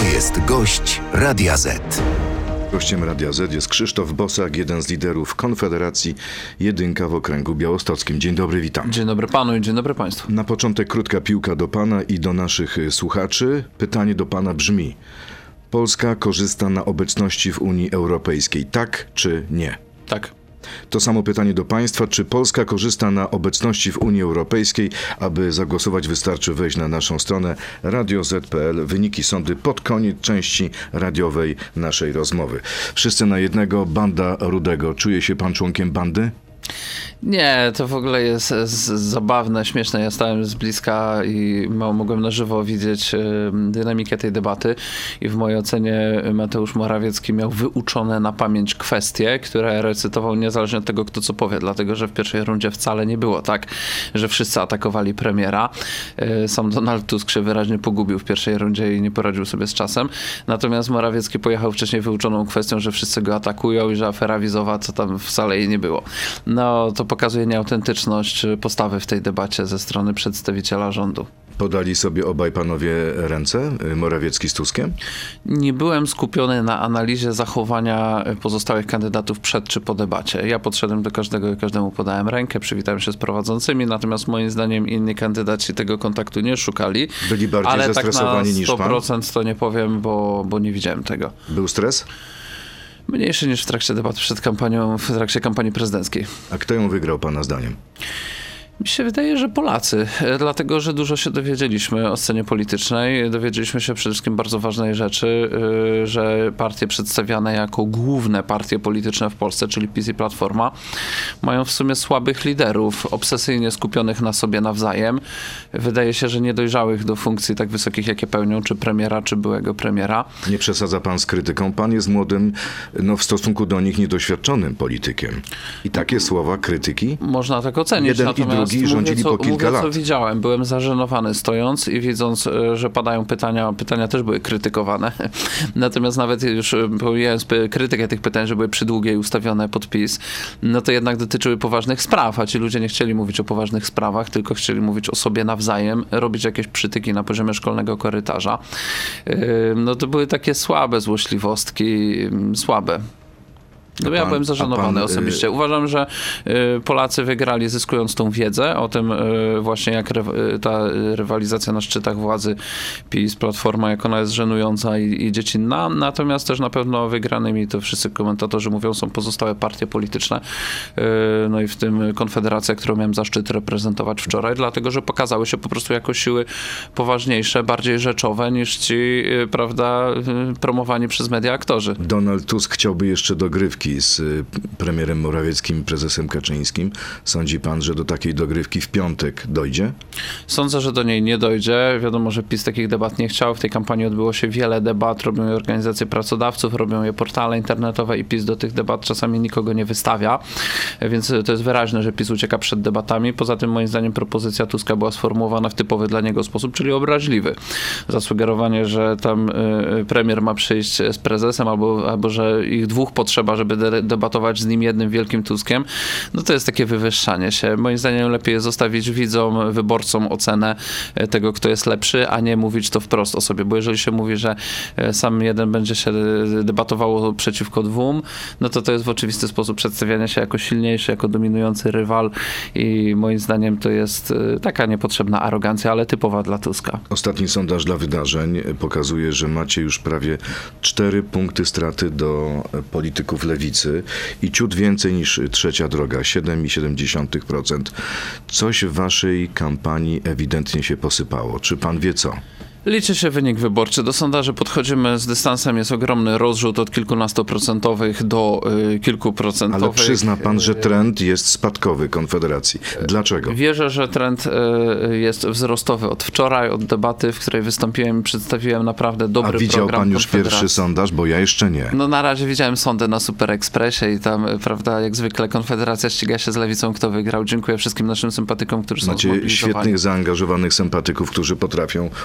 jest gość Radia Z. Gościem Radia Z jest Krzysztof Bosak, jeden z liderów Konfederacji Jedynka w okręgu białostockim. Dzień dobry, witam. Dzień dobry panu i dzień dobry państwu. Na początek krótka piłka do pana i do naszych słuchaczy. Pytanie do pana brzmi: Polska korzysta na obecności w Unii Europejskiej, tak czy nie? Tak. To samo pytanie do państwa. Czy Polska korzysta na obecności w Unii Europejskiej? Aby zagłosować, wystarczy wejść na naszą stronę radioz.pl. Wyniki sądy pod koniec części radiowej naszej rozmowy. Wszyscy na jednego, banda Rudego. Czuje się pan członkiem bandy? Nie, to w ogóle jest zabawne, śmieszne. Ja stałem z bliska i mogłem na żywo widzieć dynamikę tej debaty i w mojej ocenie Mateusz Morawiecki miał wyuczone na pamięć kwestie, które recytował niezależnie od tego, kto co powie, dlatego że w pierwszej rundzie wcale nie było tak, że wszyscy atakowali premiera. Sam Donald Tusk się wyraźnie pogubił w pierwszej rundzie i nie poradził sobie z czasem. Natomiast Morawiecki pojechał wcześniej wyuczoną kwestią, że wszyscy go atakują i że afera wizowa, co tam wcale jej nie było. No, to pokazuje nieautentyczność postawy w tej debacie ze strony przedstawiciela rządu. Podali sobie obaj panowie ręce, Morawiecki z Tuskiem? Nie byłem skupiony na analizie zachowania pozostałych kandydatów przed czy po debacie. Ja podszedłem do każdego i każdemu podałem rękę, przywitałem się z prowadzącymi, natomiast moim zdaniem inni kandydaci tego kontaktu nie szukali. Byli bardziej zestresowani niż pan? Ale tak na 100% to nie powiem, bo nie widziałem tego. Był stres? Mniejszy niż w trakcie debat w trakcie kampanii prezydenckiej. A kto ją wygrał pana zdaniem? Mi się wydaje, że Polacy, dlatego że dużo się dowiedzieliśmy o scenie politycznej. Dowiedzieliśmy się przede wszystkim bardzo ważnej rzeczy, że partie przedstawiane jako główne partie polityczne w Polsce, czyli PiS i Platforma, mają w sumie słabych liderów, obsesyjnie skupionych na sobie nawzajem. Wydaje się, że niedojrzałych do funkcji tak wysokich, jakie pełnią, czy premiera, czy byłego premiera. Nie przesadza pan z krytyką. Pan jest młodym, w stosunku do nich niedoświadczonym politykiem. I takie słowa krytyki? Można tak ocenić. Jeden i drugi rządzili po kilka lat. Co widziałem. Byłem zażenowany stojąc i widząc, że padają pytania też były krytykowane. Natomiast nawet już pomijając krytykę tych pytań, że były przydługie i ustawione pod PiS, no to jednak dotyczyły poważnych spraw, a ci ludzie nie chcieli mówić o poważnych sprawach, tylko chcieli mówić o sobie nawzajem, robić jakieś przytyki na poziomie szkolnego korytarza. No to były takie słabe złośliwostki, słabe. No ja byłem zażenowany osobiście. Uważam, że Polacy wygrali zyskując tą wiedzę o tym właśnie, jak ta rywalizacja na szczytach władzy PiS, Platforma, jak ona jest żenująca i dziecinna. Natomiast też na pewno wygranymi, to wszyscy komentatorzy mówią, są pozostałe partie polityczne. No i w tym Konfederacja, którą miałem zaszczyt reprezentować wczoraj, dlatego, że pokazały się po prostu jako siły poważniejsze, bardziej rzeczowe niż ci, prawda, promowani przez media aktorzy. Donald Tusk chciałby jeszcze dogrywki z premierem Morawieckim i prezesem Kaczyńskim. Sądzi pan, że do takiej dogrywki w piątek dojdzie? Sądzę, że do niej nie dojdzie. Wiadomo, że PiS takich debat nie chciał. W tej kampanii odbyło się wiele debat. Robią je organizacje pracodawców, robią je portale internetowe i PiS do tych debat czasami nikogo nie wystawia. Więc to jest wyraźne, że PiS ucieka przed debatami. Poza tym moim zdaniem propozycja Tuska była sformułowana w typowy dla niego sposób, czyli obraźliwy. Zasugerowanie, że tam premier ma przyjść z prezesem albo że ich dwóch potrzeba, żeby debatować z nim jednym wielkim Tuskiem, no to jest takie wywyższanie się. Moim zdaniem lepiej jest zostawić widzom, wyborcom ocenę tego, kto jest lepszy, a nie mówić to wprost o sobie, bo jeżeli się mówi, że sam jeden będzie się debatował przeciwko dwóm, no to jest w oczywisty sposób przedstawianie się jako silniejszy, jako dominujący rywal i moim zdaniem to jest taka niepotrzebna arogancja, ale typowa dla Tuska. Ostatni sondaż dla wydarzeń pokazuje, że macie już prawie 4 punkty straty do polityków lewicy i ciut więcej niż Trzecia Droga, 7,7%. Coś w waszej kampanii ewidentnie się posypało. Czy pan wie co? Liczy się wynik wyborczy. Do sondaży podchodzimy z dystansem. Jest ogromny rozrzut od kilkunastoprocentowych do kilkuprocentowych. Ale przyzna pan, że trend jest spadkowy Konfederacji. Dlaczego? Wierzę, że trend jest wzrostowy od wczoraj, od debaty, w której wystąpiłem i przedstawiłem naprawdę dobry program. A widział pan już pierwszy sondaż? Bo ja jeszcze nie. No na razie widziałem sondę na Super Expressie i tam, prawda, jak zwykle Konfederacja ściga się z lewicą, kto wygrał. Dziękuję wszystkim naszym sympatykom, którzy są zmobilizowani. Macie świetnych, zaangażowanych sympatyków, którzy potrafią uczestniczyć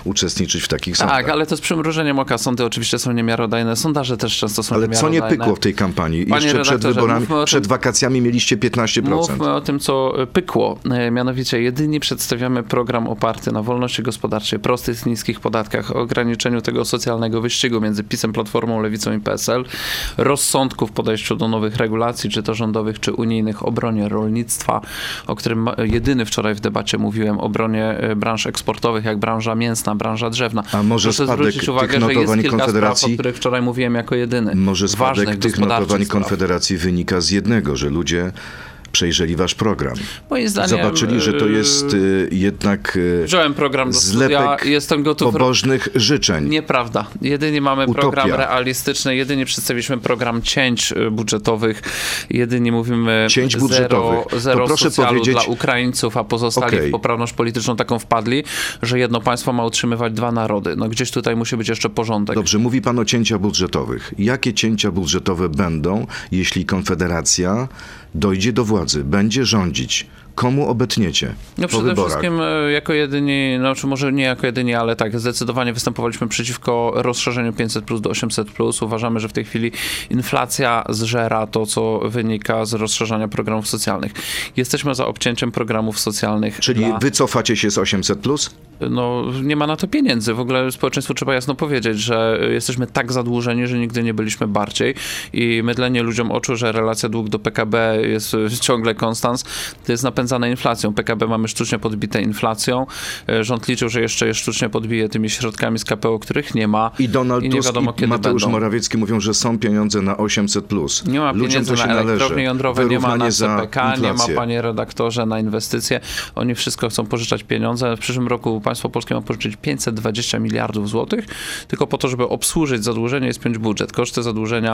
uczestniczyć w takich sądach. Tak, ale to z przymrużeniem oka. Sądy oczywiście są niemiarodajne. Sondaże też często są ale co niemiarodajne. nie pykło w tej kampanii? Panie Jeszcze przed wyborami, przed wakacjami mieliście 15%. Mówmy o tym, co pykło. Mianowicie jedynie przedstawiamy program oparty na wolności gospodarczej, prostych, niskich podatkach, ograniczeniu tego socjalnego wyścigu między PiS-em, Platformą, Lewicą i PSL, rozsądku w podejściu do nowych regulacji, czy to rządowych, czy unijnych, obronie rolnictwa, o którym jedyny wczoraj w debacie mówiłem, obronie branż eksportowych, jak branża mięsna, branża drzewna. A może proszę spadek zwrócić uwagę, tych że jest notowań kilka Konfederacji? spraw, o których wczoraj mówiłem jako jedyny. Może spadek tych notowań spraw. Konfederacji wynika z jednego, że ludzie przejrzeli wasz program. Moim zdaniem, zobaczyli, że to jest jednak wziąłem program do studia, zlepek jestem gotów. pobożnych życzeń. Nieprawda. Jedynie mamy Utopia. program realistyczny, jedynie przedstawiliśmy program cięć budżetowych, jedynie mówimy Cięć budżetowych. zero To proszę socjalu powiedzieć- dla Ukraińców, a pozostali Okej. w poprawność polityczną taką wpadli, że jedno państwo ma utrzymywać dwa narody. No gdzieś tutaj musi być jeszcze porządek. Dobrze, mówi pan o cięciach budżetowych. Jakie cięcia budżetowe będą, jeśli Konfederacja dojdzie do władzy, będzie rządzić? Komu obetniecie No po przede wyborach? wszystkim jako jedyni, znaczy może nie jako jedyni, ale tak, zdecydowanie występowaliśmy przeciwko rozszerzeniu 500+ do 800+. Uważamy, że w tej chwili inflacja zżera to, co wynika z rozszerzania programów socjalnych. Jesteśmy za obcięciem programów socjalnych. Czyli wycofacie się z 800+? No, nie ma na to pieniędzy. W ogóle społeczeństwu trzeba jasno powiedzieć, że jesteśmy tak zadłużeni, że nigdy nie byliśmy bardziej i mydlenie ludziom oczu, że relacja dług do PKB jest ciągle konstans, to jest napędzane inflacją. PKB mamy sztucznie podbite inflacją. Rząd liczył, że jeszcze je sztucznie podbije tymi środkami z KPO, których nie ma. I Donald nie Tusk wiadomo, i kiedy Mateusz będą. Morawiecki mówią, że są pieniądze na 800+. Nie ma Ludziom pieniędzy to się na elektrownie należy. jądrowe, nie ma na Wyrównanie za CPK, nie ma, inflację. panie redaktorze, na inwestycje. Oni wszystko chcą pożyczać pieniądze. W przyszłym roku państwo polskie ma pożyczyć 520 miliardów złotych, tylko po to, żeby obsłużyć zadłużenie i spiąć budżet. Koszty zadłużenia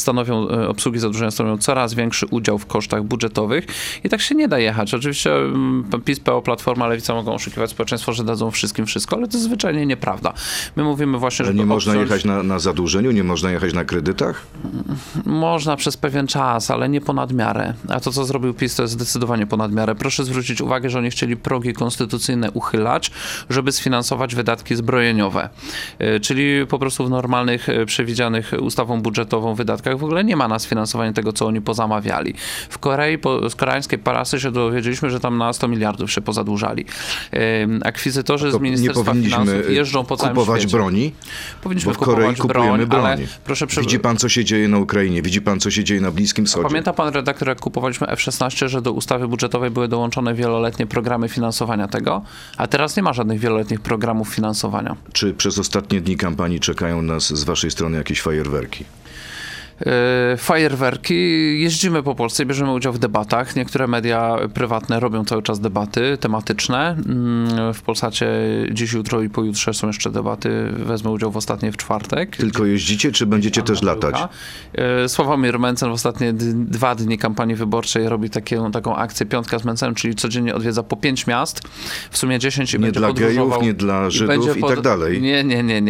obsługi zadłużenia stanowią coraz większy udział w kosztach budżetowych i tak się nie da jechać. Oczywiście PiS, PO, Platforma, Lewica mogą oszukiwać społeczeństwo, że dadzą wszystkim wszystko, ale to jest zwyczajnie nieprawda. My mówimy właśnie, Ale że nie można jechać na zadłużeniu, nie można jechać na kredytach? Można przez pewien czas, ale nie ponad miarę. A to, co zrobił PiS, to jest zdecydowanie ponad miarę. Proszę zwrócić uwagę, że oni chcieli progi konstytucyjne uchylać, żeby sfinansować wydatki zbrojeniowe. Czyli po prostu w normalnych, przewidzianych ustawą budżetową wydatkach w ogóle nie ma na sfinansowanie tego, co oni pozamawiali. W Korei, z koreańskiej parasy się dowiedzieliśmy, że tam na 100 miliardów się pozadłużali. Akwizytorzy z Ministerstwa Finansów jeżdżą po całym kupować świecie. broni? Powinniśmy Bo w Korei kupujemy broń. ale proszę Widzi pan, co się dzieje na Ukrainie, widzi pan, co się dzieje na Bliskim Wschodzie. Pamięta pan redaktor, jak kupowaliśmy F-16, że do ustawy budżetowej były dołączone wieloletnie programy finansowania tego, a teraz nie ma żadnych wieloletnich programów finansowania. Czy przez ostatnie dni kampanii czekają nas z waszej strony jakieś fajerwerki? Fajerwerki. Jeździmy po Polsce i bierzemy udział w debatach. Niektóre media prywatne robią cały czas debaty tematyczne. W Polsacie dziś, jutro i pojutrze są jeszcze debaty. Wezmę udział w ostatniej w czwartek. Tylko jeździcie, czy będziecie też latać? Sławomir Mencen w ostatnie 2 dni kampanii wyborczej robi taką akcję Piątka z Mencenem, czyli codziennie odwiedza po 5 miast, w sumie 10 i Nie będzie dla podróżował. gejów, nie dla Żydów i tak dalej. Nie.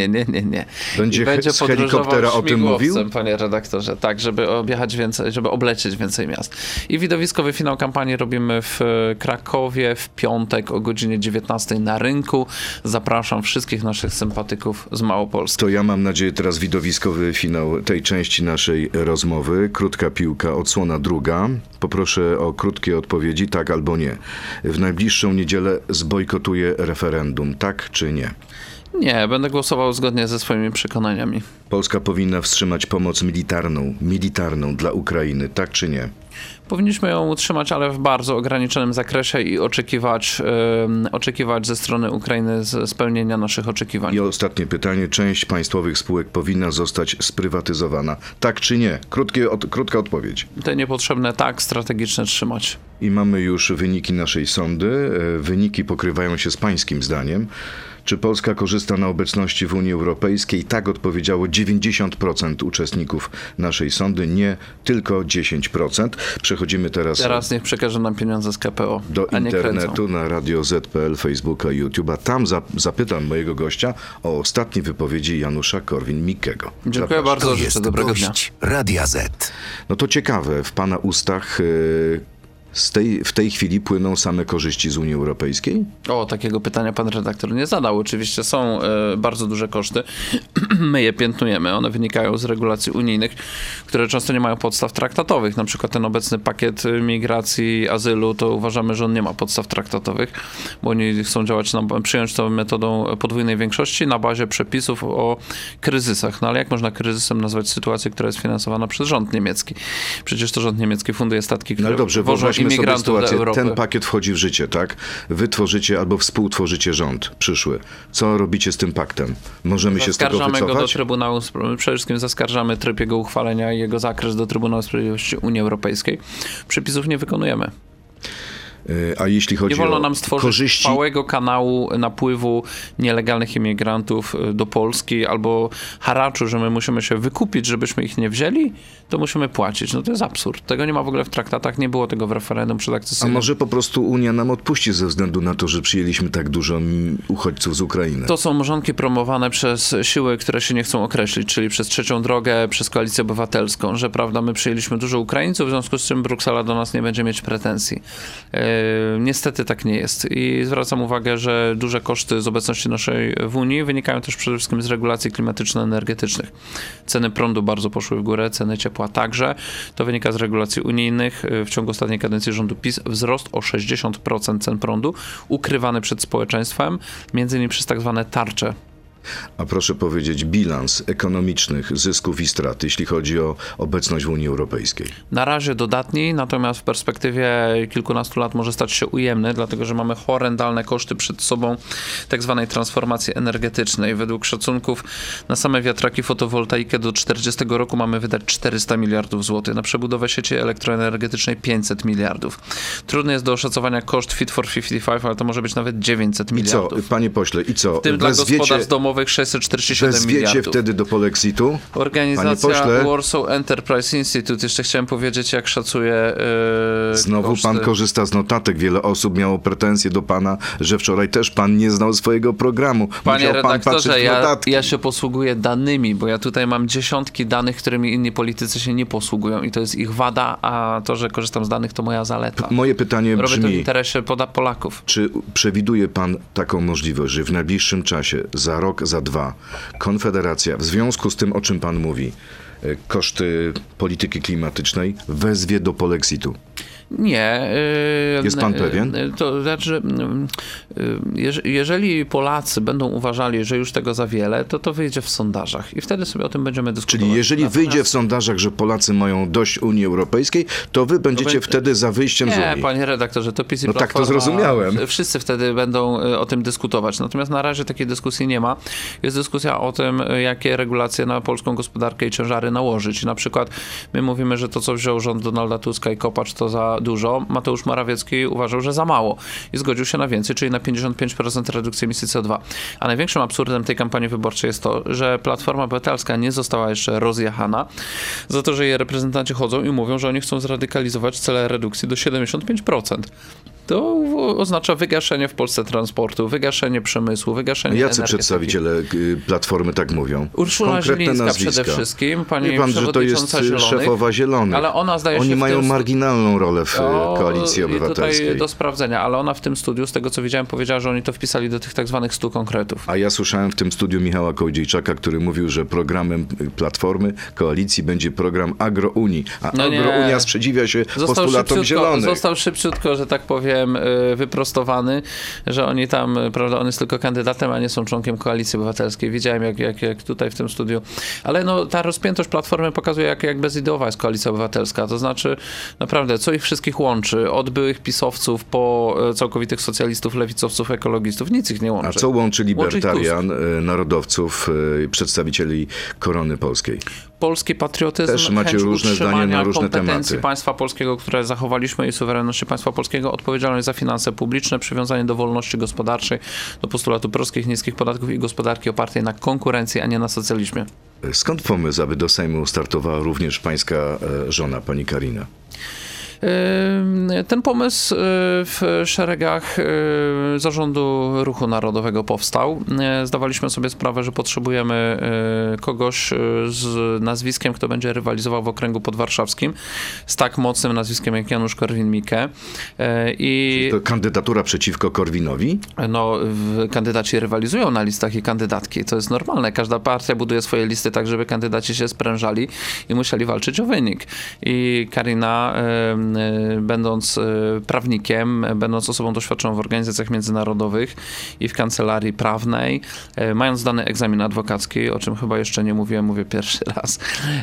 Będzie z helikoptera o tym mówił? Panie redaktorze, tak, żeby objechać więcej, żeby oblecieć więcej miast. I widowiskowy finał kampanii robimy w Krakowie w piątek o godzinie 19 na Rynku. Zapraszam wszystkich naszych sympatyków z Małopolski. To ja mam nadzieję teraz widowiskowy finał tej części naszej rozmowy. Krótka piłka, odsłona druga. Poproszę o krótkie odpowiedzi, tak albo nie. W najbliższą niedzielę zbojkotuję referendum, tak czy nie? Nie, będę głosował zgodnie ze swoimi przekonaniami. Polska powinna wstrzymać pomoc militarną dla Ukrainy, tak czy nie? Powinniśmy ją utrzymać, ale w bardzo ograniczonym zakresie i oczekiwać ze strony Ukrainy spełnienia naszych oczekiwań. I ostatnie pytanie. Część państwowych spółek powinna zostać sprywatyzowana, tak czy nie? Krótka odpowiedź. Te niepotrzebne tak, strategiczne trzymać. I mamy już wyniki naszej sondy. Wyniki pokrywają się z pańskim zdaniem. Czy Polska korzysta na obecności w Unii Europejskiej? Tak odpowiedziało 90% uczestników naszej sondy, nie tylko 10%. Przechodzimy teraz niech przekaże nam pieniądze z KPO, do a nie internetu kręcą. na Radio Z.pl, Facebooka i YouTube'a. Tam zapytam mojego gościa o ostatnie wypowiedzi Janusza Korwin-Mikkego. Dziękuję Zapraszam. bardzo, To życzę jest dobrego dnia. gość Radia Z. No to ciekawe, w pana ustach w tej chwili płyną same korzyści z Unii Europejskiej? O, takiego pytania pan redaktor nie zadał. Oczywiście są bardzo duże koszty. My je piętnujemy. One wynikają z regulacji unijnych, które często nie mają podstaw traktatowych. Na przykład ten obecny pakiet migracji, azylu, to uważamy, że on nie ma podstaw traktatowych, bo oni chcą przyjąć to metodą podwójnej większości na bazie przepisów o kryzysach. No ale jak można kryzysem nazwać sytuację, która jest finansowana przez rząd niemiecki? Przecież to rząd niemiecki funduje statki, które wożą imigrantów do Europy. Ten pakiet wchodzi w życie, tak? Wy tworzycie albo współtworzycie rząd przyszły. Co robicie z tym paktem? Możemy się z tego wycofać? Zaskarżamy go do Trybunału, przede wszystkim zaskarżamy tryb jego uchwalenia i jego zakres do Trybunału Sprawiedliwości Unii Europejskiej. Przepisów nie wykonujemy. A jeśli chodzi o nie wolno nam stworzyć trwałego kanału napływu nielegalnych imigrantów do Polski albo haraczu, że my musimy się wykupić, żebyśmy ich nie wzięli, to musimy płacić. No to jest absurd. Tego nie ma w ogóle w traktatach, nie było tego w referendum przedakcesyjnym. A może po prostu Unia nam odpuści ze względu na to, że przyjęliśmy tak dużo uchodźców z Ukrainy? To są mrzonki promowane przez siły, które się nie chcą określić, czyli przez Trzecią Drogę, przez Koalicję Obywatelską, że prawda, my przyjęliśmy dużo Ukraińców, w związku z czym Bruksela do nas nie będzie mieć pretensji. Niestety tak nie jest i zwracam uwagę, że duże koszty z obecności naszej w Unii wynikają też przede wszystkim z regulacji klimatyczno-energetycznych. Ceny prądu bardzo poszły w górę, ceny ciepła także. To wynika z regulacji unijnych. W ciągu ostatniej kadencji rządu PiS wzrost o 60% cen prądu ukrywany przed społeczeństwem, między innymi przez tak zwane tarcze. A proszę powiedzieć, bilans ekonomicznych zysków i strat, jeśli chodzi o obecność w Unii Europejskiej? Na razie dodatni, natomiast w perspektywie kilkunastu lat może stać się ujemny, dlatego że mamy horrendalne koszty przed sobą tak zwanej transformacji energetycznej. Według szacunków na same wiatraki, fotowoltaikę do 40 roku mamy wydać 400 miliardów złotych, na przebudowę sieci elektroenergetycznej 500 miliardów. Trudny jest do oszacowania koszt Fit for 55, ale to może być nawet 900 miliardów. I co, panie pośle, i co? W tym dla gospodarstw domowych 647 miliardów. Wezwiecie wtedy do polexitu? Organizacja Warsaw Enterprise Institute, jeszcze chciałem powiedzieć, jak szacuje Znowu koszty. Pan korzysta z notatek. Wiele osób miało pretensje do pana, że wczoraj też pan nie znał swojego programu. Panie redaktorze, ja ja się posługuję danymi, bo ja tutaj mam dziesiątki danych, którymi inni politycy się nie posługują i to jest ich wada, a to, że korzystam z danych, to moja zaleta. Moje pytanie Robię brzmi, to w interesie Polaków. czy przewiduje pan taką możliwość, że w najbliższym czasie, za rok, za dwa, Konfederacja, w związku z tym, o czym pan mówi, koszty polityki klimatycznej, wezwie do polexitu? Nie. Jest pan pewien? To znaczy, jeżeli Polacy będą uważali, że już tego za wiele, to wyjdzie w sondażach i wtedy sobie o tym będziemy dyskutować. Czyli jeżeli wyjdzie w sondażach, że Polacy mają dość Unii Europejskiej, to wy będziecie wtedy za wyjściem z Unii. Nie, panie redaktorze, to PiS i No Platforma, tak to zrozumiałem. Wszyscy wtedy będą o tym dyskutować. Natomiast na razie takiej dyskusji nie ma. Jest dyskusja o tym, jakie regulacje na polską gospodarkę i ciężary nałożyć. Na przykład my mówimy, że to, co wziął rząd Donalda Tuska i Kopacz, to za dużo. Mateusz Morawiecki uważał, że za mało i zgodził się na więcej, czyli na 55% redukcji emisji CO2. A największym absurdem tej kampanii wyborczej jest to, że Platforma Obywatelska nie została jeszcze rozjechana za to, że jej reprezentanci chodzą i mówią, że oni chcą zradykalizować cele redukcji do 75%. To oznacza wygaszenie w Polsce transportu, wygaszenie przemysłu, wygaszenie Jacy energetyki. przedstawiciele Platformy tak mówią? Urszula Zielińska przede wszystkim, pani Wie pan, że to jest szefowa Zielonych. Ale ona zdaje Oni się mają marginalną rolę w Koalicji I Obywatelskiej. tutaj do sprawdzenia, ale ona w tym studiu, z tego co widziałem, powiedziała, że oni to wpisali do tych tak zwanych 100 konkretów. A ja słyszałem w tym studiu Michała Kołodziejczaka, który mówił, że programem Platformy, Koalicji będzie program Agrounii, a Agrounia sprzeciwia się postulatom Zielonych. Został szybciutko, że tak powiem, wyprostowany, że oni tam, prawda, on jest tylko kandydatem, a nie są członkiem Koalicji Obywatelskiej. Widziałem jak tutaj w tym studiu. Ale no, ta rozpiętość Platformy pokazuje, jak bezideowa jest Koalicja Obywatelska. To znaczy, naprawdę, co ich wszystkich łączy? Od byłych pisowców po całkowitych socjalistów, lewicowców, ekologistów. Nic ich nie łączy. A co łączy libertarian, narodowców, przedstawicieli korony polskiej? Polski patriotyzm, też macie chęć różne zdania na różne kompetencji tematy. państwa polskiego, które zachowaliśmy i suwerenności państwa polskiego, odpowiedzialność za finanse publiczne, przywiązanie do wolności gospodarczej, do postulatu prostych, niskich podatków i gospodarki opartej na konkurencji, a nie na socjalizmie. Skąd pomysł, aby do Sejmu startowała również pańska żona, pani Karina? Ten pomysł w szeregach Zarządu Ruchu Narodowego powstał. Zdawaliśmy sobie sprawę, że potrzebujemy kogoś z nazwiskiem, kto będzie rywalizował w okręgu podwarszawskim z tak mocnym nazwiskiem jak Janusz Korwin-Mikke. To kandydatura przeciwko Korwinowi? No, kandydaci rywalizują na listach i kandydatki. To jest normalne. Każda partia buduje swoje listy tak, żeby kandydaci się sprężali i musieli walczyć o wynik. I Karina, będąc prawnikiem, będąc osobą doświadczoną w organizacjach międzynarodowych i w kancelarii prawnej, mając zdany egzamin adwokacki, o czym chyba jeszcze nie mówiłem, mówię pierwszy raz,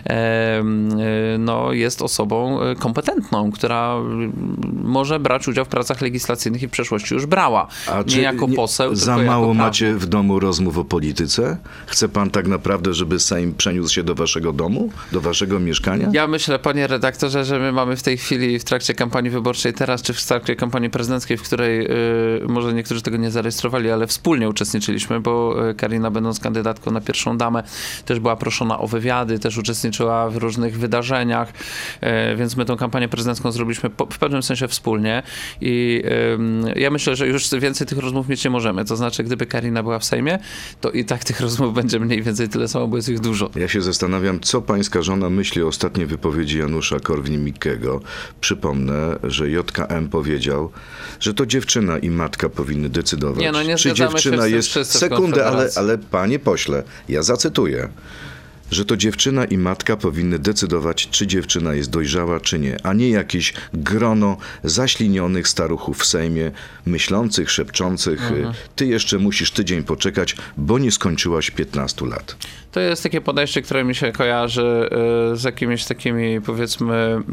no, jest osobą kompetentną, która może brać udział w pracach legislacyjnych i w przeszłości już brała. A nie jako poseł, za tylko mało jako macie w domu rozmów o polityce? Chce pan tak naprawdę, żeby Sejm przeniósł się do waszego domu? Do waszego mieszkania? Ja myślę, panie redaktorze, że my mamy w tej chwili w trakcie kampanii wyborczej teraz, czy w trakcie kampanii prezydenckiej, w której może niektórzy tego nie zarejestrowali, ale wspólnie uczestniczyliśmy, bo Karina, będąc kandydatką na pierwszą damę, też była proszona o wywiady, też uczestniczyła w różnych wydarzeniach, więc my tą kampanię prezydencką zrobiliśmy w pewnym sensie wspólnie i ja myślę, że już więcej tych rozmów mieć nie możemy. To znaczy, gdyby Karina była w Sejmie, to i tak tych rozmów będzie mniej więcej tyle samo, bo jest ich dużo. Ja się zastanawiam, co pańska żona myśli o ostatniej wypowiedzi Janusza Korwin-Mikkego. Przypomnę, że JKM powiedział, że to dziewczyna i matka powinny decydować, Nie, no nie czy dziewczyna jest... Sekundę, ale panie pośle, ja zacytuję, że to dziewczyna i matka powinny decydować, czy dziewczyna jest dojrzała, czy nie, a nie jakieś grono zaślinionych staruchów w Sejmie, myślących, szepczących, ty jeszcze musisz tydzień poczekać, bo nie skończyłaś 15 lat. To jest takie podejście, które mi się kojarzy z jakimiś takimi, powiedzmy,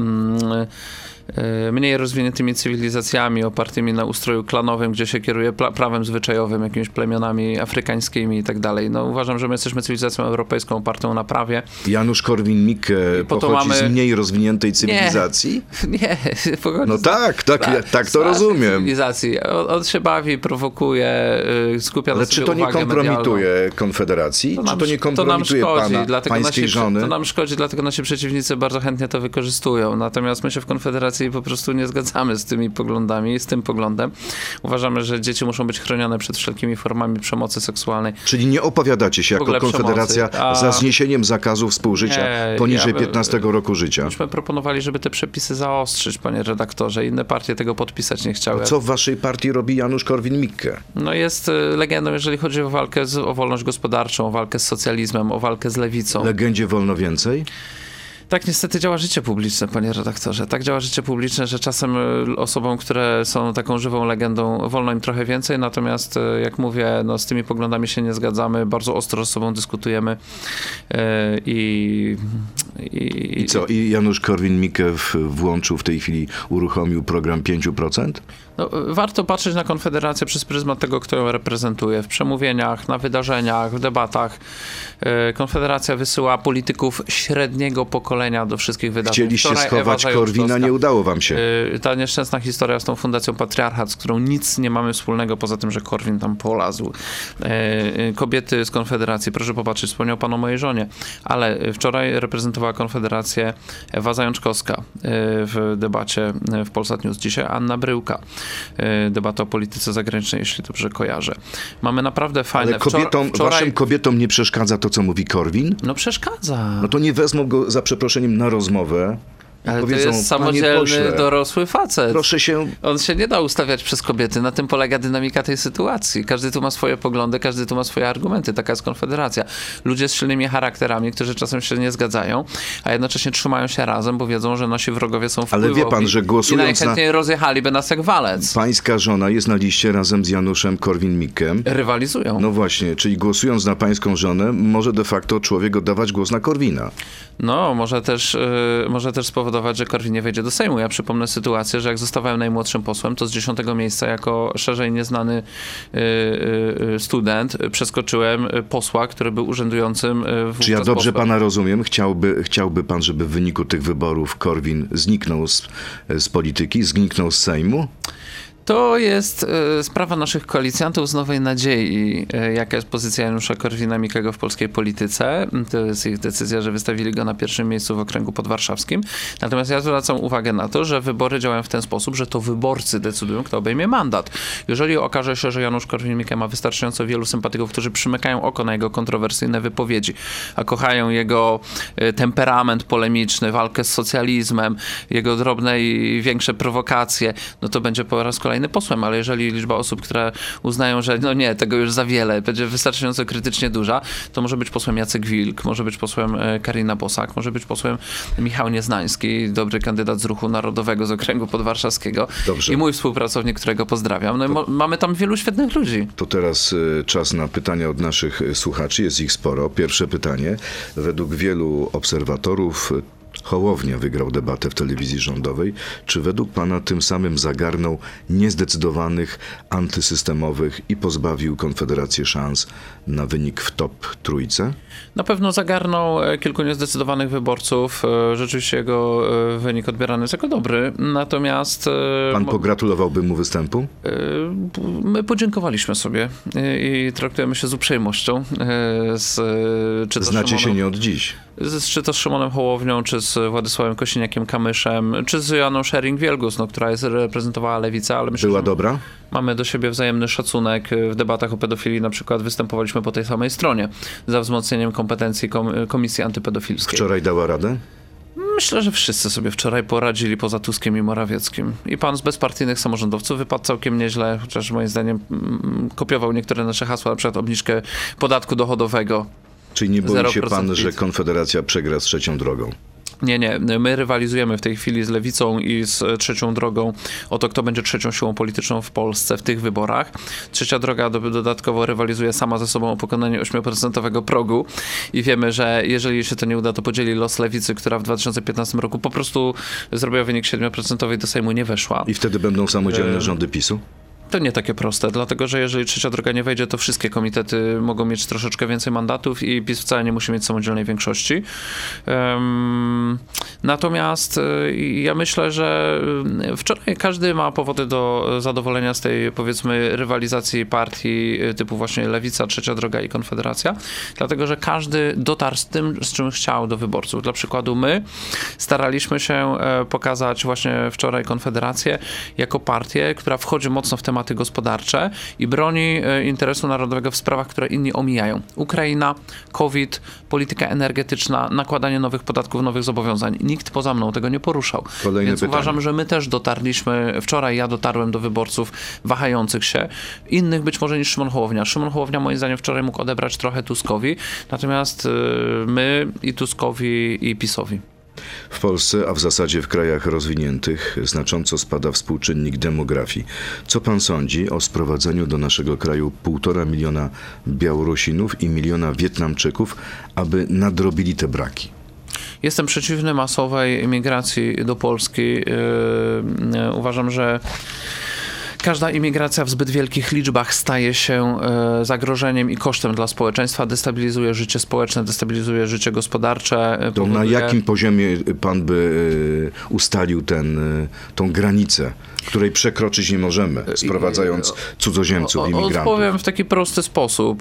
mniej rozwiniętymi cywilizacjami opartymi na ustroju klanowym, gdzie się kieruje prawem zwyczajowym, jakimiś plemionami afrykańskimi i tak dalej. No, uważam, że my jesteśmy cywilizacją europejską opartą na prawie. Janusz Korwin-Mikke pochodzi z mniej rozwiniętej cywilizacji? Nie, pochodzi no tak to rozumiem. Cywilizacji. On się bawi, prowokuje, skupia na sobie czy to nie kompromituje medialną. Konfederacji? Czy to nie kompromituje pana, pańskiej żony? To nam szkodzi, dlatego nasi przeciwnicy bardzo chętnie to wykorzystują. Natomiast my się w Konfederacji po prostu nie zgadzamy z tymi poglądami, z tym poglądem. Uważamy, że dzieci muszą być chronione przed wszelkimi formami przemocy seksualnej. Czyli nie opowiadacie się jako Konfederacja za zniesieniem zakazu współżycia poniżej 15 roku życia? Myśmy proponowali, żeby te przepisy zaostrzyć, panie redaktorze. Inne partie tego podpisać nie chciały. A co w waszej partii robi Janusz Korwin-Mikke? No jest legendą, jeżeli chodzi o walkę o wolność gospodarczą, o walkę z socjalizmem, o walkę z lewicą. Legendzie wolno więcej? Tak niestety działa życie publiczne, panie redaktorze. Tak działa życie publiczne, że czasem osobom, które są taką żywą legendą, wolno im trochę więcej, natomiast jak mówię, no, z tymi poglądami się nie zgadzamy, bardzo ostro z sobą dyskutujemy I co? I Janusz Korwin-Mikke włączył w tej chwili, uruchomił program 5%? No, warto patrzeć na Konfederację przez pryzmat tego, kto ją reprezentuje. W przemówieniach, na wydarzeniach, w debatach. Konfederacja wysyła polityków średniego pokolenia do wszystkich wydarzeń. Chcieliście schować Korwina, nie udało wam się. Ta nieszczęsna historia z tą Fundacją Patriarchat, z którą nic nie mamy wspólnego, poza tym, że Korwin tam polazł. Kobiety z Konfederacji, proszę popatrzeć, wspomniał pan o mojej żonie, ale wczoraj reprezentowała Konfederację Ewa Zajączkowska w debacie w Polsat News. Dzisiaj Anna Bryłka. Debata o polityce zagranicznej, jeśli dobrze kojarzę. Mamy naprawdę fajne... Ale waszym kobietom nie przeszkadza to, co mówi Korwin? No przeszkadza. No to nie wezmą go za przeproszeniem na rozmowę. Ale powiedzą, to jest samodzielny, dorosły facet. Proszę się... On się nie da ustawiać przez kobiety. Na tym polega dynamika tej sytuacji. Każdy tu ma swoje poglądy, każdy tu ma swoje argumenty. Taka jest Konfederacja. Ludzie z silnymi charakterami, którzy czasem się nie zgadzają, a jednocześnie trzymają się razem, bo wiedzą, że nasi wrogowie są wpływowi. Ale wie pan, że głosując i najchętniej rozjechaliby nas jak walec. Pańska żona jest na liście razem z Januszem Korwin-Mikkem. Rywalizują. No właśnie, czyli głosując na pańską żonę, może de facto człowiek oddawać głos na Korwina. No, może też spowodować, że Korwin nie wejdzie do Sejmu. Ja przypomnę sytuację, że jak zostawałem najmłodszym posłem, to z 10 miejsca jako szerzej nieznany student przeskoczyłem posła, który był urzędującym wówczas Czy ja dobrze posłem. pana rozumiem? Chciałby pan, żeby w wyniku tych wyborów Korwin zniknął z polityki, zniknął z Sejmu? To jest sprawa naszych koalicjantów z Nowej Nadziei. Jaka jest pozycja Janusza Korwin-Mikkego w polskiej polityce? To jest ich decyzja, że wystawili go na pierwszym miejscu w okręgu podwarszawskim. Natomiast ja zwracam uwagę na to, że wybory działają w ten sposób, że to wyborcy decydują, kto obejmie mandat. Jeżeli okaże się, że Janusz Korwin-Mikke ma wystarczająco wielu sympatyków, którzy przymykają oko na jego kontrowersyjne wypowiedzi, a kochają jego temperament polemiczny, walkę z socjalizmem, jego drobne i większe prowokacje, no to będzie po raz kolejny posłem, ale jeżeli liczba osób, które uznają, że no nie, tego już za wiele, będzie wystarczająco krytycznie duża, to może być posłem Jacek Wilk, może być posłem Karina Bosak, może być posłem Michał Nieznański, dobry kandydat z Ruchu Narodowego z okręgu podwarszawskiego. Dobrze. I mój współpracownik, którego pozdrawiam. No mamy tam wielu świetnych ludzi. To teraz czas na pytania od naszych słuchaczy. Jest ich sporo. Pierwsze pytanie. Według wielu obserwatorów Hołownia wygrał debatę w telewizji rządowej. Czy według pana tym samym zagarnął niezdecydowanych, antysystemowych i pozbawił Konfederację szans na wynik w top trójce? Na pewno zagarnął kilku niezdecydowanych wyborców. Rzeczywiście jego wynik odbierany jest jako dobry. Natomiast... Pan pogratulowałby mu występu? My podziękowaliśmy sobie i traktujemy się z uprzejmością. Znacie się nie od dziś. Czy to z Szymonem Hołownią, czy z Władysławem Kosiniakiem-Kamyszem, czy z Joanną Schering-Wielgus, która reprezentowała Lewicę, ale myślę, była że dobra? mamy do siebie wzajemny szacunek. W debatach o pedofilii na przykład występowaliśmy po tej samej stronie za wzmocnieniem kompetencji Komisji Antypedofilskiej. Wczoraj dała radę? Myślę, że wszyscy sobie wczoraj poradzili poza Tuskiem i Morawieckim. I pan z bezpartyjnych samorządowców wypadł całkiem nieźle, chociaż moim zdaniem kopiował niektóre nasze hasła, na przykład obniżkę podatku dochodowego. Czyli nie boi się pan, PIT. że Konfederacja przegra z Trzecią Drogą? Nie. My rywalizujemy w tej chwili z Lewicą i z Trzecią Drogą o to, kto będzie trzecią siłą polityczną w Polsce w tych wyborach. Trzecia Droga dodatkowo rywalizuje sama ze sobą o pokonanie 8% progu i wiemy, że jeżeli się to nie uda, to podzieli los Lewicy, która w 2015 roku po prostu zrobiła wynik 7% i do Sejmu nie weszła. I wtedy będą samodzielne rządy PiS-u? To nie takie proste, dlatego że jeżeli Trzecia Droga nie wejdzie, to wszystkie komitety mogą mieć troszeczkę więcej mandatów i PiS wcale nie musi mieć samodzielnej większości. Natomiast ja myślę, że wczoraj każdy ma powody do zadowolenia z tej, powiedzmy, rywalizacji partii typu właśnie Lewica, Trzecia Droga i Konfederacja, dlatego że każdy dotarł z tym, z czym chciał do wyborców. Dla przykładu my staraliśmy się pokazać właśnie wczoraj Konfederację jako partię, która wchodzi mocno w tematy gospodarcze i broni interesu narodowego w sprawach, które inni omijają. Ukraina, COVID, polityka energetyczna, nakładanie nowych podatków, nowych zobowiązań. Nikt poza mną tego nie poruszał. Kolejne Więc pytanie. uważam, że my też dotarliśmy, wczoraj ja dotarłem do wyborców wahających się, innych być może niż Szymon Hołownia. Szymon Hołownia moim zdaniem wczoraj mógł odebrać trochę Tuskowi, natomiast my i Tuskowi i PiS-owi. W Polsce, a w zasadzie w krajach rozwiniętych, znacząco spada współczynnik demografii. Co pan sądzi o sprowadzeniu do naszego kraju 1,5 miliona Białorusinów i 1 miliona Wietnamczyków, aby nadrobili te braki? Jestem przeciwny masowej imigracji do Polski. Uważam, że każda imigracja w zbyt wielkich liczbach staje się zagrożeniem i kosztem dla społeczeństwa, destabilizuje życie społeczne, destabilizuje życie gospodarcze. To na jakim poziomie pan by ustalił tą granicę, której przekroczyć nie możemy, sprowadzając cudzoziemców, imigrantów? Odpowiem w taki prosty sposób.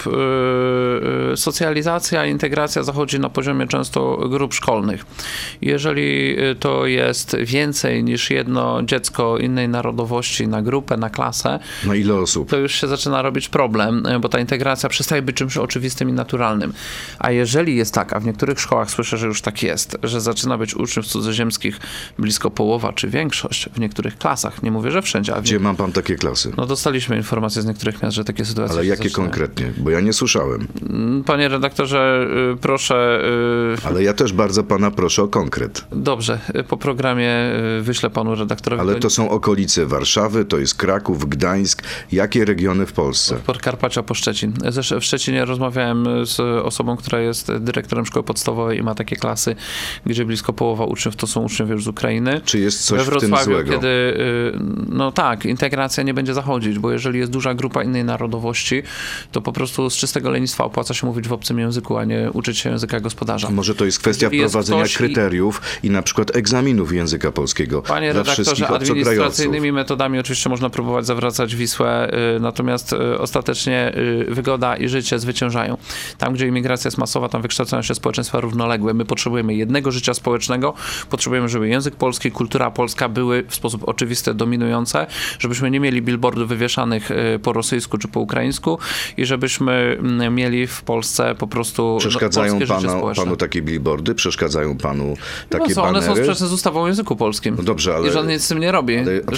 Socjalizacja, integracja zachodzi na poziomie często grup szkolnych. Jeżeli to jest więcej niż jedno dziecko innej narodowości na grupę, na klasę, Na ile osób? to już się zaczyna robić problem, bo ta integracja przestaje być czymś oczywistym i naturalnym. A jeżeli jest tak, a w niektórych szkołach słyszę, że już tak jest, że zaczyna być uczniów cudzoziemskich blisko połowa czy większość w niektórych klasach, nie mówię, że wszędzie. A Gdzie ma pan takie klasy? No dostaliśmy informacje z niektórych miast, że takie sytuacje Ale się jakie zaczynają. konkretnie? Bo ja nie słyszałem. Panie redaktorze, proszę... Ale ja też bardzo pana proszę o konkret. Dobrze, po programie wyślę panu redaktorowi... Ale to są okolice Warszawy, to jest Kraków, Gdańsk. Jakie regiony w Polsce? Podkarpacia po Szczecin. W Szczecinie rozmawiałem z osobą, która jest dyrektorem szkoły podstawowej i ma takie klasy, gdzie blisko połowa uczniów to są uczniowie już z Ukrainy. Czy jest coś We w tym Wrocławiu, złego? kiedy no tak, integracja nie będzie zachodzić, bo jeżeli jest duża grupa innej narodowości, to po prostu z czystego lenistwa opłaca się mówić w obcym języku, a nie uczyć się języka gospodarza. Może to jest kwestia wprowadzenia kryteriów i na przykład egzaminów języka polskiego. Panie dla redaktorze, administracyjnymi metodami oczywiście można próbować zawracać Wisłę, natomiast ostatecznie wygoda i życie zwyciężają. Tam, gdzie imigracja jest masowa, tam wykształcają się społeczeństwa równoległe. My potrzebujemy jednego życia społecznego, potrzebujemy, żeby język polski, kultura polska były w sposób oczywisty dominujące, żebyśmy nie mieli billboardów wywieszanych po rosyjsku czy po ukraińsku i żebyśmy mieli w Polsce po prostu Przeszkadzają polskie panu takie billboardy? Przeszkadzają panu takie banery? One są sprzeczne z ustawą o języku polskim. No dobrze, ale... I rząd nic z tym nie robi.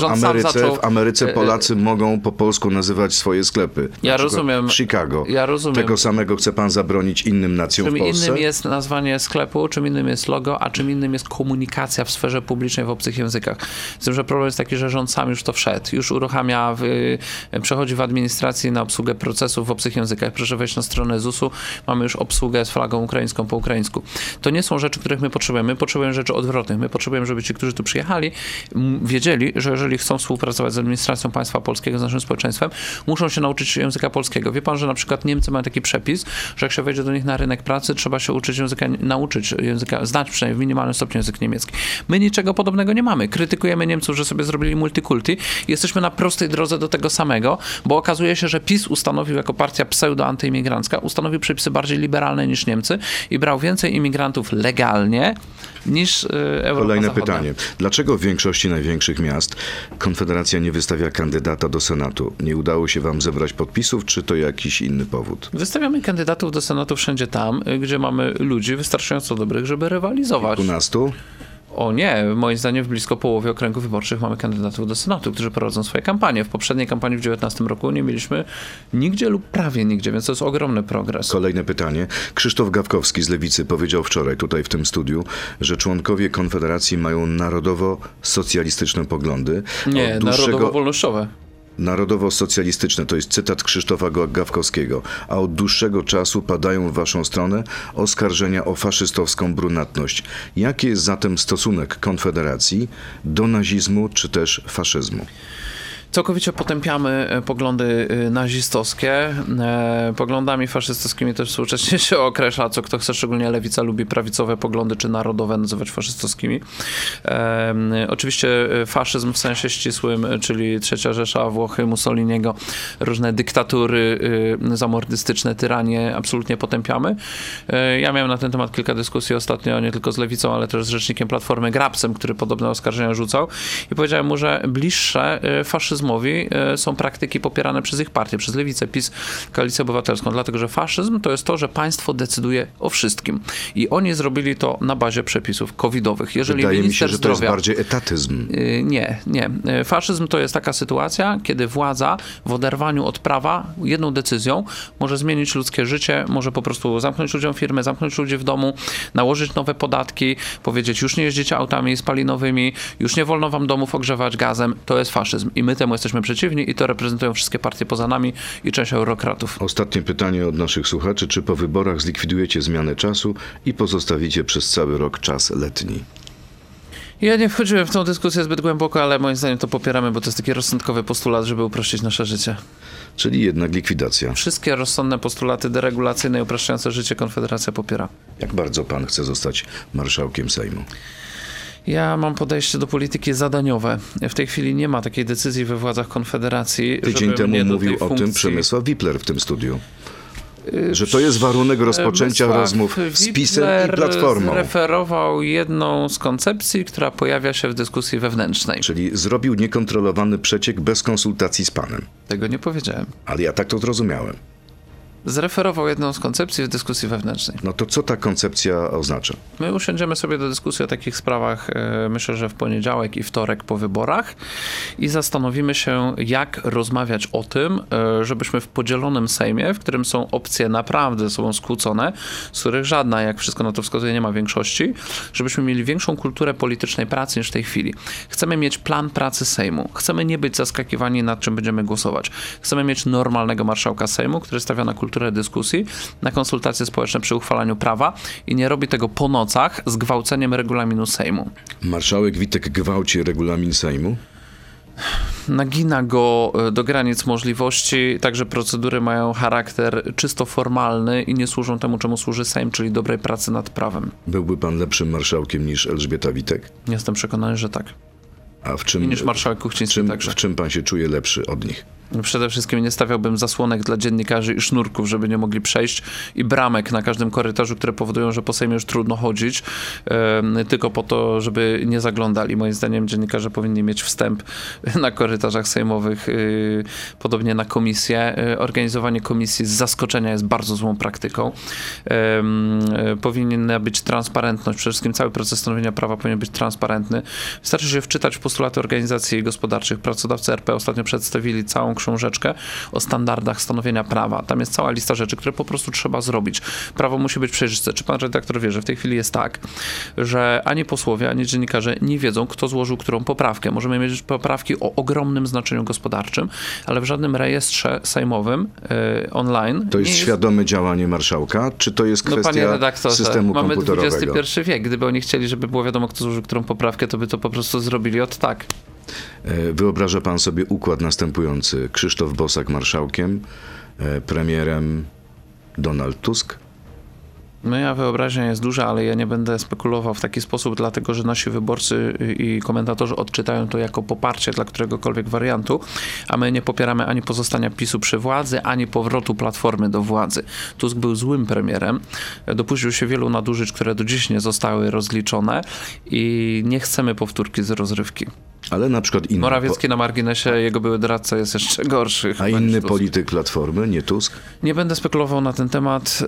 W Ameryce Polacy mogą po polsku nazywać swoje sklepy. Ja rozumiem. W Chicago. Ja rozumiem. Tego samego chce pan zabronić innym nacjom w Polsce? Czym innym jest nazwanie sklepu, czym innym jest logo, a czym innym jest komunikacja w sferze publicznej w obcych językach. Z tym, że problem jest taki, że rząd sam już to wszedł. Już uruchamia, przechodzi w administracji na obsługę procesów w obcych językach. Proszę wejść na stronę ZUS-u. Mamy już obsługę z flagą ukraińską po ukraińsku. To nie są rzeczy, których my potrzebujemy. My potrzebujemy rzeczy odwrotnych. My potrzebujemy, żeby ci, którzy tu przyjechali, wiedzieli, że jeżeli chcą współpracować z administracją państwa polskiego, z naszym społeczeństwem, muszą się nauczyć języka polskiego. Wie pan, że na przykład Niemcy mają taki przepis, że jak się wejdzie do nich na rynek pracy, trzeba się nauczyć języka, znać przynajmniej w minimalnym stopniu język niemiecki. My niczego podobnego nie mamy. Krytykujemy Niemców, że sobie zrobili multikulti. Jesteśmy na prostej drodze do tego samego, bo okazuje się, że PiS ustanowił jako partia pseudo-antyimigrancka, ustanowił przepisy bardziej liberalne niż Niemcy i brał więcej imigrantów legalnie niż Europa Kolejne Zachodnia. pytanie. Dlaczego w większości największych miast Konfederacja nie wystawia kandydata do Senatu? Nie udało się wam zebrać podpisów, czy to jakiś inny powód? Wystawiamy kandydatów do Senatu wszędzie tam, gdzie mamy ludzi wystarczająco dobrych, żeby rywalizować. 12? O nie, moim zdaniem w blisko połowie okręgów wyborczych mamy kandydatów do Senatu, którzy prowadzą swoje kampanie. W poprzedniej kampanii w 2019 roku nie mieliśmy nigdzie lub prawie nigdzie, więc to jest ogromny progres. Kolejne pytanie. Krzysztof Gawkowski z Lewicy powiedział wczoraj tutaj w tym studiu, że członkowie Konfederacji mają narodowo-socjalistyczne poglądy. Nie, narodowo-wolnościowe. Narodowo-socjalistyczne, to jest cytat Krzysztofa Gawkowskiego, a od dłuższego czasu padają w waszą stronę oskarżenia o faszystowską brunatność. Jaki jest zatem stosunek Konfederacji do nazizmu czy też faszyzmu? Całkowicie potępiamy poglądy nazistowskie. Poglądami faszystowskimi też współcześnie się określa, co kto chce, szczególnie lewica lubi prawicowe poglądy czy narodowe nazywać faszystowskimi. Oczywiście faszyzm w sensie ścisłym, czyli III Rzesza, Włochy, Mussoliniego, różne dyktatury zamordystyczne, tyranie absolutnie potępiamy. Ja miałem na ten temat kilka dyskusji ostatnio, nie tylko z lewicą, ale też z rzecznikiem Platformy Grabcem, który podobne oskarżenia rzucał i powiedziałem mu, że bliższe faszyzmowi są praktyki popierane przez ich partię, przez Lewicę, PiS, Koalicję Obywatelską, dlatego że faszyzm to jest to, że państwo decyduje o wszystkim. I oni zrobili to na bazie przepisów covidowych. Jeżeli Wydaje mi się, że zdrowia, to jest bardziej etatyzm. Nie. Faszyzm to jest taka sytuacja, kiedy władza w oderwaniu od prawa jedną decyzją może zmienić ludzkie życie, może po prostu zamknąć ludziom firmy, zamknąć ludzi w domu, nałożyć nowe podatki, powiedzieć już nie jeździcie autami spalinowymi, już nie wolno wam domów ogrzewać gazem. To jest faszyzm. I my temu jesteśmy przeciwni i to reprezentują wszystkie partie poza nami i część eurokratów. Ostatnie pytanie od naszych słuchaczy. Czy po wyborach zlikwidujecie zmianę czasu i pozostawicie przez cały rok czas letni? Ja nie wchodziłem w tą dyskusję zbyt głęboko, ale moim zdaniem to popieramy, bo to jest taki rozsądkowy postulat, żeby uprościć nasze życie. Czyli jednak likwidacja. Wszystkie rozsądne postulaty deregulacyjne i upraszczające życie Konfederacja popiera. Jak bardzo pan chce zostać marszałkiem Sejmu? Ja mam podejście do polityki zadaniowe. W tej chwili nie ma takiej decyzji we władzach Konfederacji. Tydzień temu mówił o tym Przemysław Wipler w tym studiu. Że to jest warunek rozpoczęcia rozmów z PiS-em i Platformą. Referował jedną z koncepcji, która pojawia się w dyskusji wewnętrznej. Czyli zrobił niekontrolowany przeciek bez konsultacji z panem. Tego nie powiedziałem. Ale ja tak to zrozumiałem. Zreferował jedną z koncepcji w dyskusji wewnętrznej. No to co ta koncepcja oznacza? My usiądziemy sobie do dyskusji o takich sprawach, myślę, że w poniedziałek i wtorek po wyborach i zastanowimy się, jak rozmawiać o tym, żebyśmy w podzielonym Sejmie, w którym są opcje naprawdę ze sobą skłócone, z których żadna, jak wszystko na to wskazuje, nie ma większości, żebyśmy mieli większą kulturę politycznej pracy niż w tej chwili. Chcemy mieć plan pracy Sejmu. Chcemy nie być zaskakiwani, nad czym będziemy głosować. Chcemy mieć normalnego marszałka Sejmu, który stawia na kulturę dyskusji, na konsultacje społeczne przy uchwalaniu prawa i nie robi tego po nocach z gwałceniem regulaminu Sejmu. Marszałek Witek gwałci regulamin Sejmu? nagina go do granic możliwości, także procedury mają charakter czysto formalny i nie służą temu, czemu służy Sejm, czyli dobrej pracy nad prawem. Byłby pan lepszym marszałkiem niż Elżbieta Witek? Jestem przekonany, że tak. A w czym, I niż marszałek Kuchciński także. W czym pan się czuje lepszy od nich? Przede wszystkim nie stawiałbym zasłonek dla dziennikarzy i sznurków, żeby nie mogli przejść, i bramek na każdym korytarzu, które powodują, że po Sejmie już trudno chodzić, tylko po to, żeby nie zaglądali. Moim zdaniem dziennikarze powinni mieć wstęp na korytarzach sejmowych, podobnie na komisje. Organizowanie komisji z zaskoczenia jest bardzo złą praktyką. Powinna być transparentność. Przede wszystkim cały proces stanowienia prawa powinien być transparentny. Wystarczy się wczytać w postulaty organizacji gospodarczych. Pracodawcy RP ostatnio przedstawili całą książeczkę o standardach stanowienia prawa. Tam jest cała lista rzeczy, które po prostu trzeba zrobić. Prawo musi być przejrzyste. Czy pan redaktor wie, że w tej chwili jest tak, że ani posłowie, ani dziennikarze nie wiedzą, kto złożył którą poprawkę. Możemy mieć poprawki o ogromnym znaczeniu gospodarczym, ale w żadnym rejestrze sejmowym online To jest świadome działanie marszałka, czy to jest kwestia systemu komputerowego? Mamy XXI wiek. Gdyby oni chcieli, żeby było wiadomo, kto złożył którą poprawkę, to by to po prostu zrobili od tak. Wyobraża pan sobie układ następujący. Krzysztof Bosak marszałkiem, premierem Donald Tusk? Moja wyobraźnia jest duża, ale ja nie będę spekulował w taki sposób, dlatego że nasi wyborcy i komentatorzy odczytają to jako poparcie dla któregokolwiek wariantu, a my nie popieramy ani pozostania PiS-u przy władzy, ani powrotu Platformy do władzy. Tusk był złym premierem, dopuścił się wielu nadużyć, które do dziś nie zostały rozliczone i nie chcemy powtórki z rozrywki. Ale na przykład inny... Morawiecki na marginesie, jego były doradca jest jeszcze gorszy. A inny polityk Platformy, nie Tusk? Nie będę spekulował na ten temat.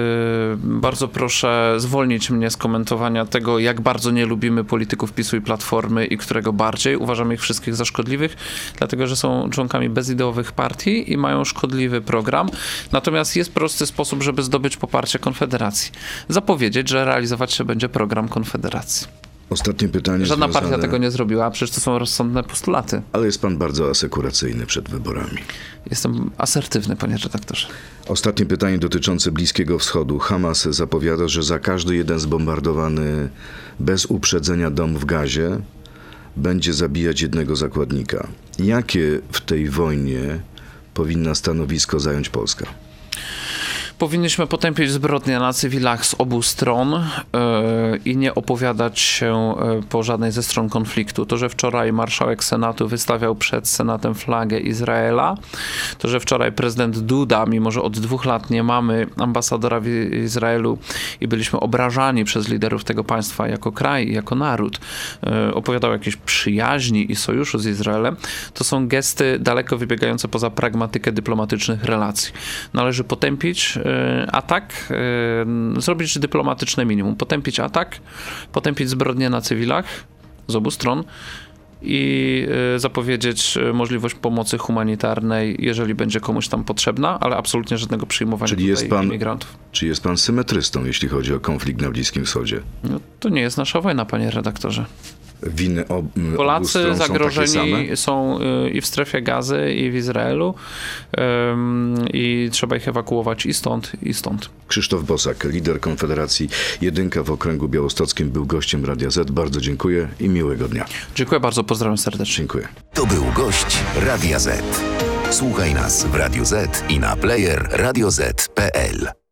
Bardzo proszę zwolnić mnie z komentowania tego, jak bardzo nie lubimy polityków PiS-u i Platformy i którego bardziej. Uważam ich wszystkich za szkodliwych, dlatego że są członkami bezideowych partii i mają szkodliwy program. Natomiast jest prosty sposób, żeby zdobyć poparcie Konfederacji. Zapowiedzieć, że realizować się będzie program Konfederacji. Ostatnie pytanie. Żadna partia tego nie zrobiła, przecież to są rozsądne postulaty. Ale jest pan bardzo asekuracyjny przed wyborami. Jestem asertywny, panie redaktorze. Ostatnie pytanie dotyczące Bliskiego Wschodu. Hamas zapowiada, że za każdy jeden zbombardowany bez uprzedzenia dom w Gazie będzie zabijać jednego zakładnika. Jakie w tej wojnie powinna stanowisko zająć Polska? Powinniśmy potępić zbrodnie na cywilach z obu stron i nie opowiadać się po żadnej ze stron konfliktu. To, że wczoraj marszałek Senatu wystawiał przed Senatem flagę Izraela, to, że wczoraj prezydent Duda, mimo że od 2 lat nie mamy ambasadora w Izraelu i byliśmy obrażani przez liderów tego państwa jako kraj i jako naród, opowiadał o jakiejś przyjaźni i sojuszu z Izraelem, to są gesty daleko wybiegające poza pragmatykę dyplomatycznych relacji. Należy potępić atak, zrobić dyplomatyczne minimum. Potępić atak, potępić zbrodnie na cywilach z obu stron i zapowiedzieć możliwość pomocy humanitarnej, jeżeli będzie komuś tam potrzebna, ale absolutnie żadnego przyjmowania imigrantów. Czy jest pan symetrystą, jeśli chodzi o konflikt na Bliskim Wschodzie? No, to nie jest nasza wojna, panie redaktorze. Winy Polacy zagrożeni są i w strefie Gazy, i w Izraelu i trzeba ich ewakuować i stąd, i stąd. Krzysztof Bosak, lider Konfederacji Jedynka w okręgu białostockim, był gościem Radia Z. Bardzo dziękuję i miłego dnia. Dziękuję bardzo, pozdrawiam serdecznie. Dziękuję. To był gość Radia Z. Słuchaj nas w Radio Z i na player radioz.pl.